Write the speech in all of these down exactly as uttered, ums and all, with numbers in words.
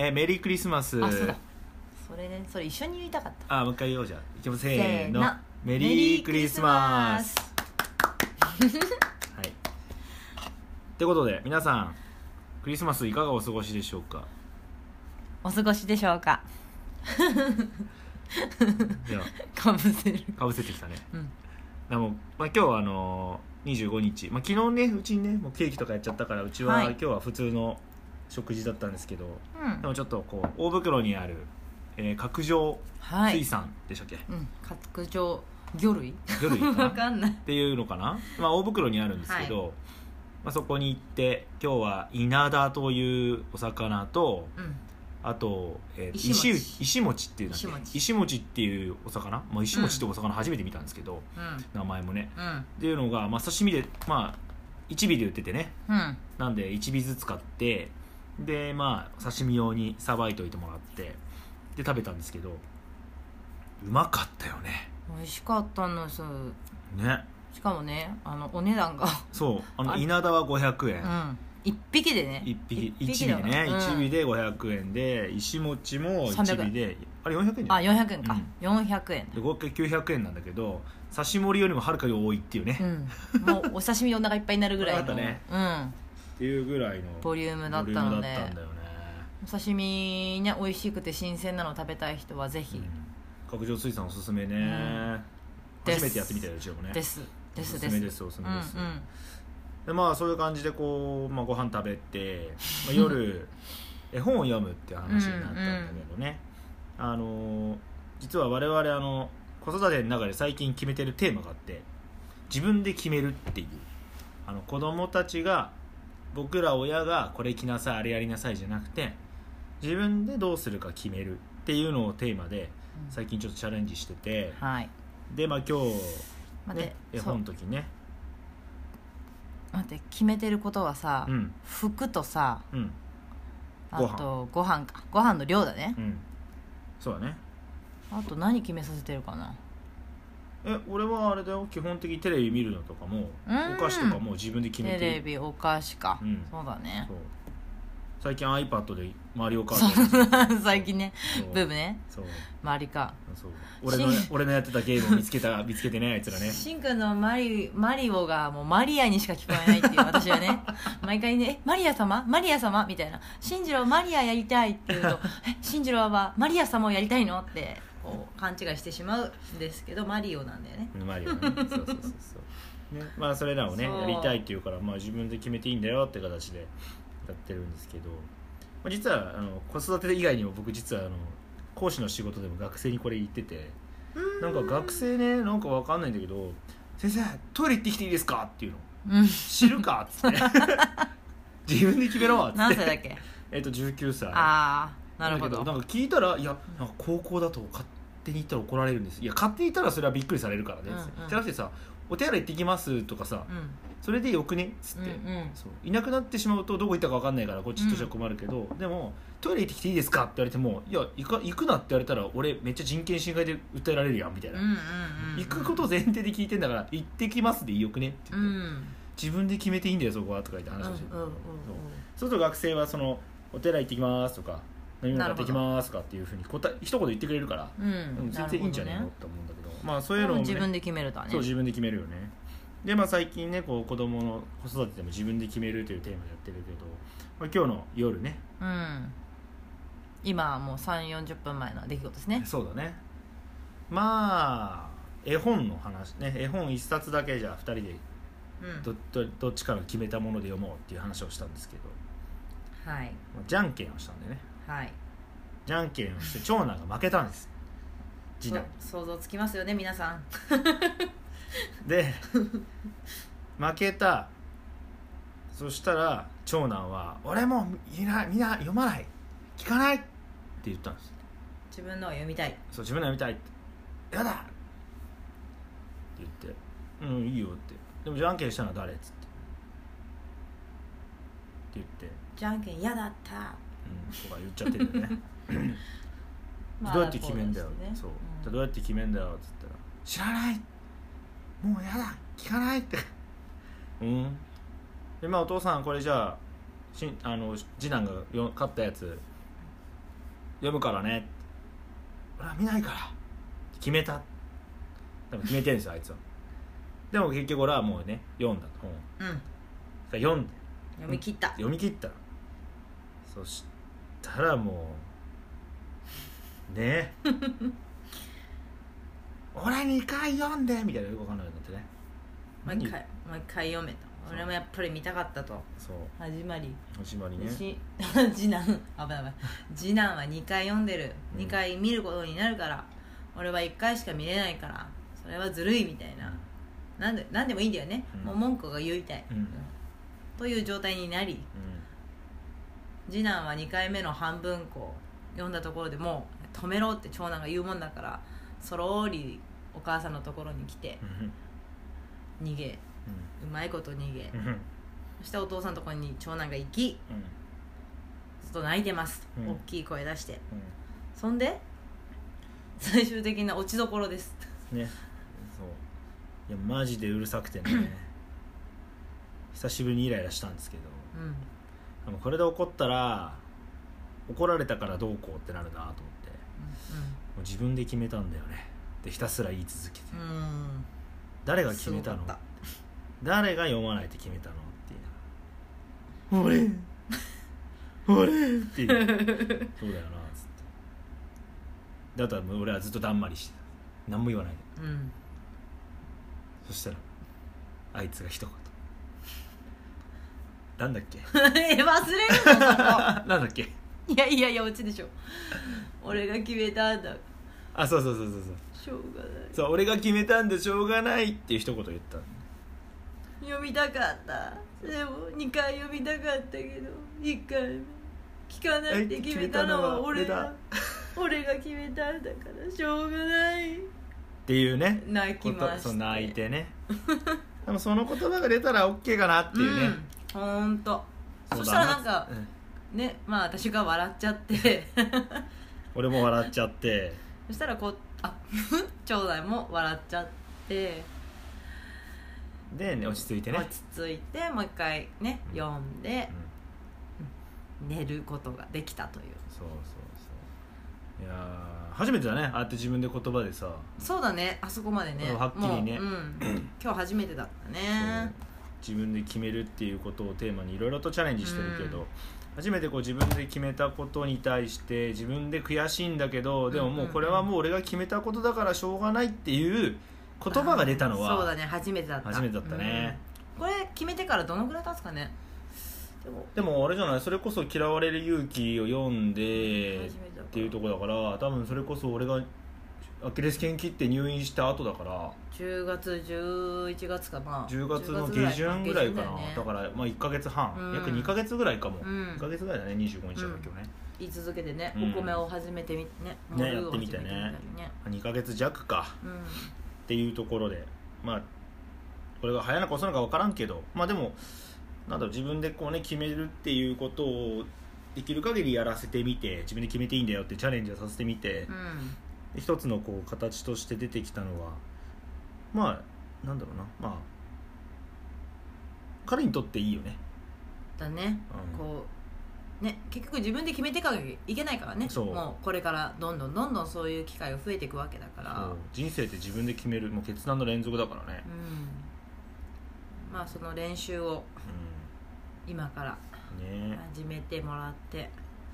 えー、メリークリスマス。 あ、そうだ、それね、それ一緒に言いたかった。 あ、もう一回言おうじゃん。いきます、せせーの、 ーのメリークリスマス。はい。ってことで皆さん、クリスマスいかがお過ごしでしょうか。 お過ごしでしょうか。 ではかぶせるかぶせてきたね。 うん。 でも、まあ、今日はあのー、にじゅうごにち、まあ、昨日ねうちにねもうケーキとかやっちゃったから、うちは、 はい、 今日は普通の食事だったんですけど、 うん、 でもちょっとこう大袋にある、えー、角上水産でしたっけ、 はい、うん、角上魚類魚類かなわかんないっていうのかな、まあ、大袋にあるんですけど、はい、まあ、そこに行って今日はイナダというお魚と、うん、あと、えー、石石石餅っていうんだっけ、石餅、石餅っていうお魚、まあ、石餅ってお魚初めて見たんですけど、うん、名前もね、うん、っていうのが、まあ、刺身で、まあ、いち尾で売っててね、うん、なんでいち尾ずつ買ってで、まあ、刺身用にさばいといてもらってで食べたんですけど、うまかったよね。 美味しかったんですね。 しかもね、あのお値段がそうあの稲田はごひゃくえん、うん、 いっぴきでね、 いっぴきいち尾ね、うん、いち尾でごひゃくえんで、石餅もいち尾であれよんひゃくえんじゃん。 あ、よんひゃくえんか、うん、よんひゃくえんで合計きゅうひゃくえんなんだけど、刺し盛りよりもはるかに多いっていうね、 うん、もうお刺身お腹いっぱいになるぐらいのだったね、うん、っていうぐらいのボリュームだったので、 ボリュームだったんだよね。 お刺身ね、美味しくて新鮮なの食べたい人はぜひ、うん、 角上水産おすすめね、うん、初めてやってみたようちもね。 ですですおすすめですおすすめです、 うんうん、 でまあそういう感じでこう、まあ、ご飯食べて、まあ、夜絵本を読むっていう話になったんだけどね、うんうん、あの実は我々あの子育ての中で最近決めてるテーマがあって、自分で決めるっていう、あの子供たちが僕ら親がこれ着なさいあれやりなさいじゃなくて、自分でどうするか決めるっていうのをテーマで最近ちょっとチャレンジしてて、 うん、はい、 でまあ今日、ね、絵本の時ね、 待って決めてることはさ、うん、服とさ、うん、あとご飯か、ご飯の量だね、うん、 そうだね。 あと何決めさせてるかな。 え俺はあれだよ、基本的にテレビ見るのとかもお菓子とかも自分で決めて、 テレビお菓子か、うん、そうだね。そう最近 iPad でマリオカート最近ね、ブームね、そうマリカそう 俺の, 俺のやってたゲームを見つけた見つけてね、あいつらね。 シンくんのマ リ, マリオがもうマリアにしか聞こえないっていう私はね毎回ね、マリア様マリア様みたいな、進次郎マリアやりたいって言うとえ進次郎はマリア様をやりたいのってこう勘違いしてしまうんですけど、マリオなんだよね。 マリオねそうそうそうそう、ね、まあそれらをねやりたいっていうから、まあ、自分で決めていいんだよって形でやってるんですけど、まあ、実はあの子育て以外にも僕実はあの講師の仕事でも学生にこれ言ってて、なんか学生ね、なんかわかんないんだけど、先生トイレ行ってきていいですかっていうの、うん、知るかっつって自分で決めろっつって。 何歳だっけえっとじゅうきゅうさい。 ああなるほど。 なんか聞いたら、いやなんか高校だと勝手に行ったら怒られるんです。いや勝手に行ったらそれはびっくりされるからね、うんうん、じゃなくてさ、お手洗い行ってきますとかさ、うん、それでよくねっつって、うんうん、そういなくなってしまうとどこ行ったか分かんないからこっちとしては困るけど、うん、でもトイレ行ってきていいですかって言われても、いや行か行くなって言われたら俺めっちゃ人権侵害で訴えられるやんみたいな、うんうんうんうん、行くことを前提で聞いてんだから行ってきますでいいよくねって言って、うん、自分で決めていいんだよそこはとか言って話をして、うんうんうんうん、そうすると学生はそのお手洗い行ってきますとか飲み物買ってきますかっていうふうに答え一言言ってくれるから、うん、全然いいんじゃないのって思うんだけど、まあそういうのを、ね、 自分で決めるとね。 そう自分で決めるよね。でまあ最近ねこう子供の子育てでも自分で決めるというテーマでやってるけど、まあ、今日の夜ね、 うん、今はもうさんじゅう、よんじゅっぷんまえの出来事ですね。 そうだね。まあ絵本の話ね、絵本一冊だけじゃふたりで ど,、うん、ど, どっちかの決めたもので読もうっていう話をしたんですけど、はい、じゃんけんをしたんでね、はい、じゃんけんをして長男が負けたんです次男。 想像つきますよね皆さんで負けた。そしたら長男は俺もみんなみんな読まない聞かないって言ったんです。 自分のを読みたい。 そう自分の読みたいって。やだって言って、うんいいよって。でもじゃんけんしたのは誰っつってって言って、 じゃんけんやだった、 うん、とか言っちゃってるんだよねどうやって決めんだよ、ね、そう、うん、どうやって決めんだよって言ったら知らないもうやだ聞かないってうんでまあお父さんこれじゃあしあの次男がよ勝ったやつ読むからね、俺は見ないから決めた、多分決めてるんですよあいつは。でも結局俺はもうね読んだ本、うん、読んで読み切った読み切ったそしたらもうね俺にかい読んでみたいなよくわかんないようになってね、 もう一回もう一回読めた。俺もやっぱり見たかったと。 そう始まり始まりね。 次男危ない危ない次男はにかい読んでる、うん、にかい見ることになるから俺はいっかいしか見れないからそれはずるいみたいな、うん、なんでなんでもいいんだよね、うん、もう文句が言いたい、うん、という状態になり、うん、次男はにかいめの半分こう読んだところでもう止めろって長男が言うもんだからそろりお母さんのところに来て、うん、逃げうまいこと逃げ、うん、そしてお父さんのところに長男が行き、うん、ずっと泣いてます、うん、大きい声出して、うん、そんで最終的な落ちどころですね。そういやマジでうるさくてね久しぶりにイライラしたんですけど、うん、でもこれで怒ったら怒られたからどうこうってなるなと思って、うんうん、もう自分で決めたんだよねでひたすら言い続けて、うん、誰が決めたの誰が読まないって決めたのっていう俺俺っていうそうだよなっつってだったら俺はずっとだんまりして何も言わないで、うん、そしたらあいつが一言なんだっけ忘れるのなんだっけいやいやいや落ちでしょ俺が決めたんだあそうそうそうそうそうしょうがないそう俺が決めたんでしょうがないっていう一言言った読みたかったでもにかい読みたかったけどいっかいめ聞かないって決めたのは俺だ俺が決めたんだからしょうがないっていうね泣きましてそう泣いてねでもその言葉が出たら OK かなっていうね、 うん、ほんと そ, そしたらなんか、うん、ねまあ私が笑っちゃって俺も笑っちゃってそしたらこうあ長男も笑っちゃってで、ね、落ち着いてね落ち着いてもう一回ね、うん、読んで、うん、寝ることができたというそうそうそういや初めてだねああやって自分で言葉でさそうだねあそこまでねはっきりね、 うん、今日初めてだったね自分で決めるっていうことをテーマにいろいろとチャレンジしてるけど、うん、初めてこう自分で決めたことに対して自分で悔しいんだけどでももうこれはもう俺が決めたことだからしょうがないっていう言葉が出たのはそうだね初めてだった初めてだったね、 うん、これ決めてからどのくらい経つかねでもでもあれじゃないそれこそ嫌われる勇気を読んでっていうところだから多分それこそ俺がアキレス腱切って入院した後だからじゅうがつじゅういちがつかなじゅうがつの下旬ぐらいかな だ,、ね、だからまあいっかげつはん、うん、約にかげつぐらいかも、うん、いっかげつぐらいだねにじゅうごにちだから今日ね、 うん、言い続けてね、うん、お米を始めてみてねねやってみてねねにかげつじゃくか、うん、っていうところでまあこれが早いのか遅いのか分からんけどまあでもなんだろう自分でこうね決めるっていうことをできる限りやらせてみて自分で決めていいんだよってチャレンジをさせてみて、うん一つのこう形として出てきたのはまあなんだろうなまあ彼にとっていいよねだね、うん、こうね結局自分で決めていかなきゃいけないからねそうもうこれからどんどんどんどんそういう機会が増えていくわけだから人生って自分で決めるもう決断の連続だからね、 うん、まあその練習を今から始めてもらって、ね、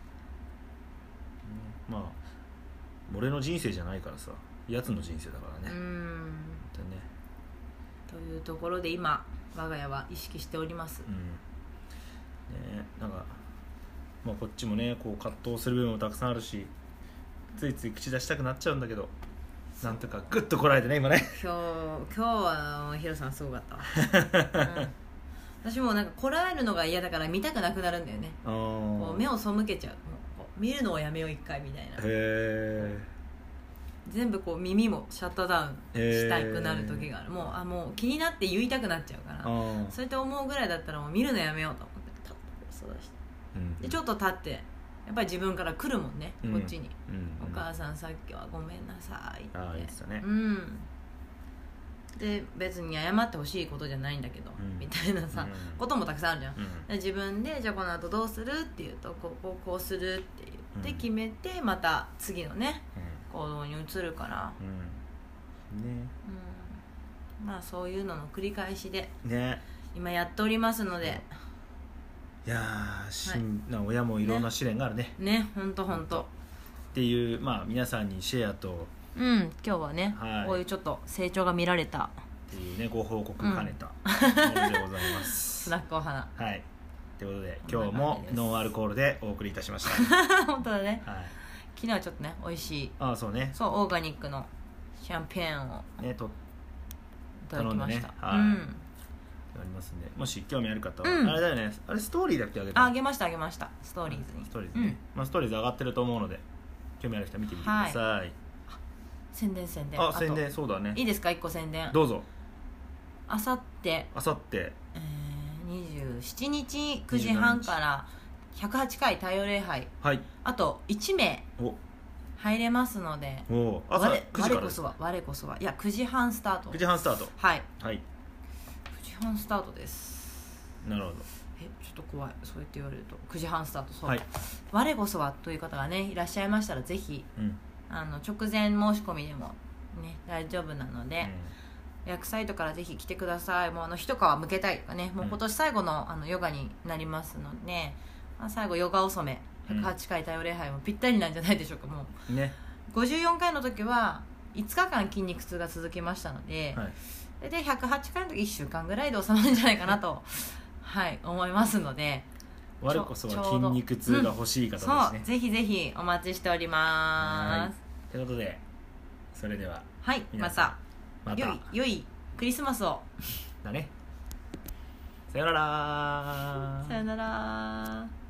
まあ俺の人生じゃないからさやつの人生だからねうんねというところで今我が家は意識しております、うんね、なんか、まあ、こっちもねこう葛藤する部分もたくさんあるしついつい口出したくなっちゃうんだけどなんとかグッとこらえてね今ね今日今日はヒロさんすごかったわ、うん、私もなんかこらえるのが嫌だから見たくなくなるんだよねこう目を背けちゃう見るのをやめよう一回みたいなへ全部こう耳もシャットダウンしたくなる時があるもうあもう気になって言いたくなっちゃうからそうやって思うぐらいだったらもう見るのやめようと思ってパッとそう出して、うん、でちょっと立ってやっぱり自分から来るもんね、うん、こっちに、うん、お母さんさっきはごめんなさいってああ言ってたね、 うん、 で別に謝ってほしいことじゃないんだけど、 うん、 みたいなさ、うん、こともたくさんあるじゃん、うん、で自分でじゃあこの後どうするっていうとこうこうこうするって言って決めて、また次のね、うん、行動に移るから、うんねうん、まあそういうのの繰り返しで、ね、今やっておりますので、 いやーしん、はい、親もいろんな試練があるねねほんとほんとっていう、まあ、皆さんにシェアとうん、今日はね、はい、こういうちょっと成長が見られたっていうねご報告兼ねたものでございます、 スナックお花はいということで今日もノンアルコールでお送りいたしました本当だね、はい、昨日はちょっとね美味しいあそうねそうオーガニックのシャンペーンをねといただきました、ねはい、うん、ありますんでもし興味ある方は、うん、あれだよねあれストーリーだっけあげたああげましたあげましたストーリーズにストーリーズね、うんまあ、ストーリーズ上がってると思うので興味ある人は見てみてください、はい宣伝宣伝あ宣伝そうだねいいですかいっこ宣伝どうぞあさってあさってにじゅうしちにちくじはんからひゃくはちかい太陽礼拝、はい、あといちめい入れますのでお朝くじから我こそは我こそはいやくじはんスタートくじはんスタートはい、 はい、 くじはんスタートです。 なるほどえちょっと怖いそうやって言われるとくじはんスタートそう、 はい、 我こそはという方がねいらっしゃいましたらぜひ、うんあの直前申し込みでも、ね、大丈夫なので、うん、予約サイトからぜひ来てください。もうあの一皮むけたいとかねもう今年最後 の,、あのヨガになりますので、まあ、最後ヨガ納めひゃくはちかい太陽礼拝もぴったりなんじゃないでしょうか。もう、ね、ごじゅうよんかいの時はいつかかん筋肉痛が続きましたので、はい、でひゃくはちかいの時いっしゅうかんぐらいで収まるんじゃないかなと、はい、思いますので我こそは筋肉痛が欲しい方ですね、うん、 そうぜひぜひお待ちしております。 ということでそれでははいまたまた良い良いクリスマスをだねさよならさよなら。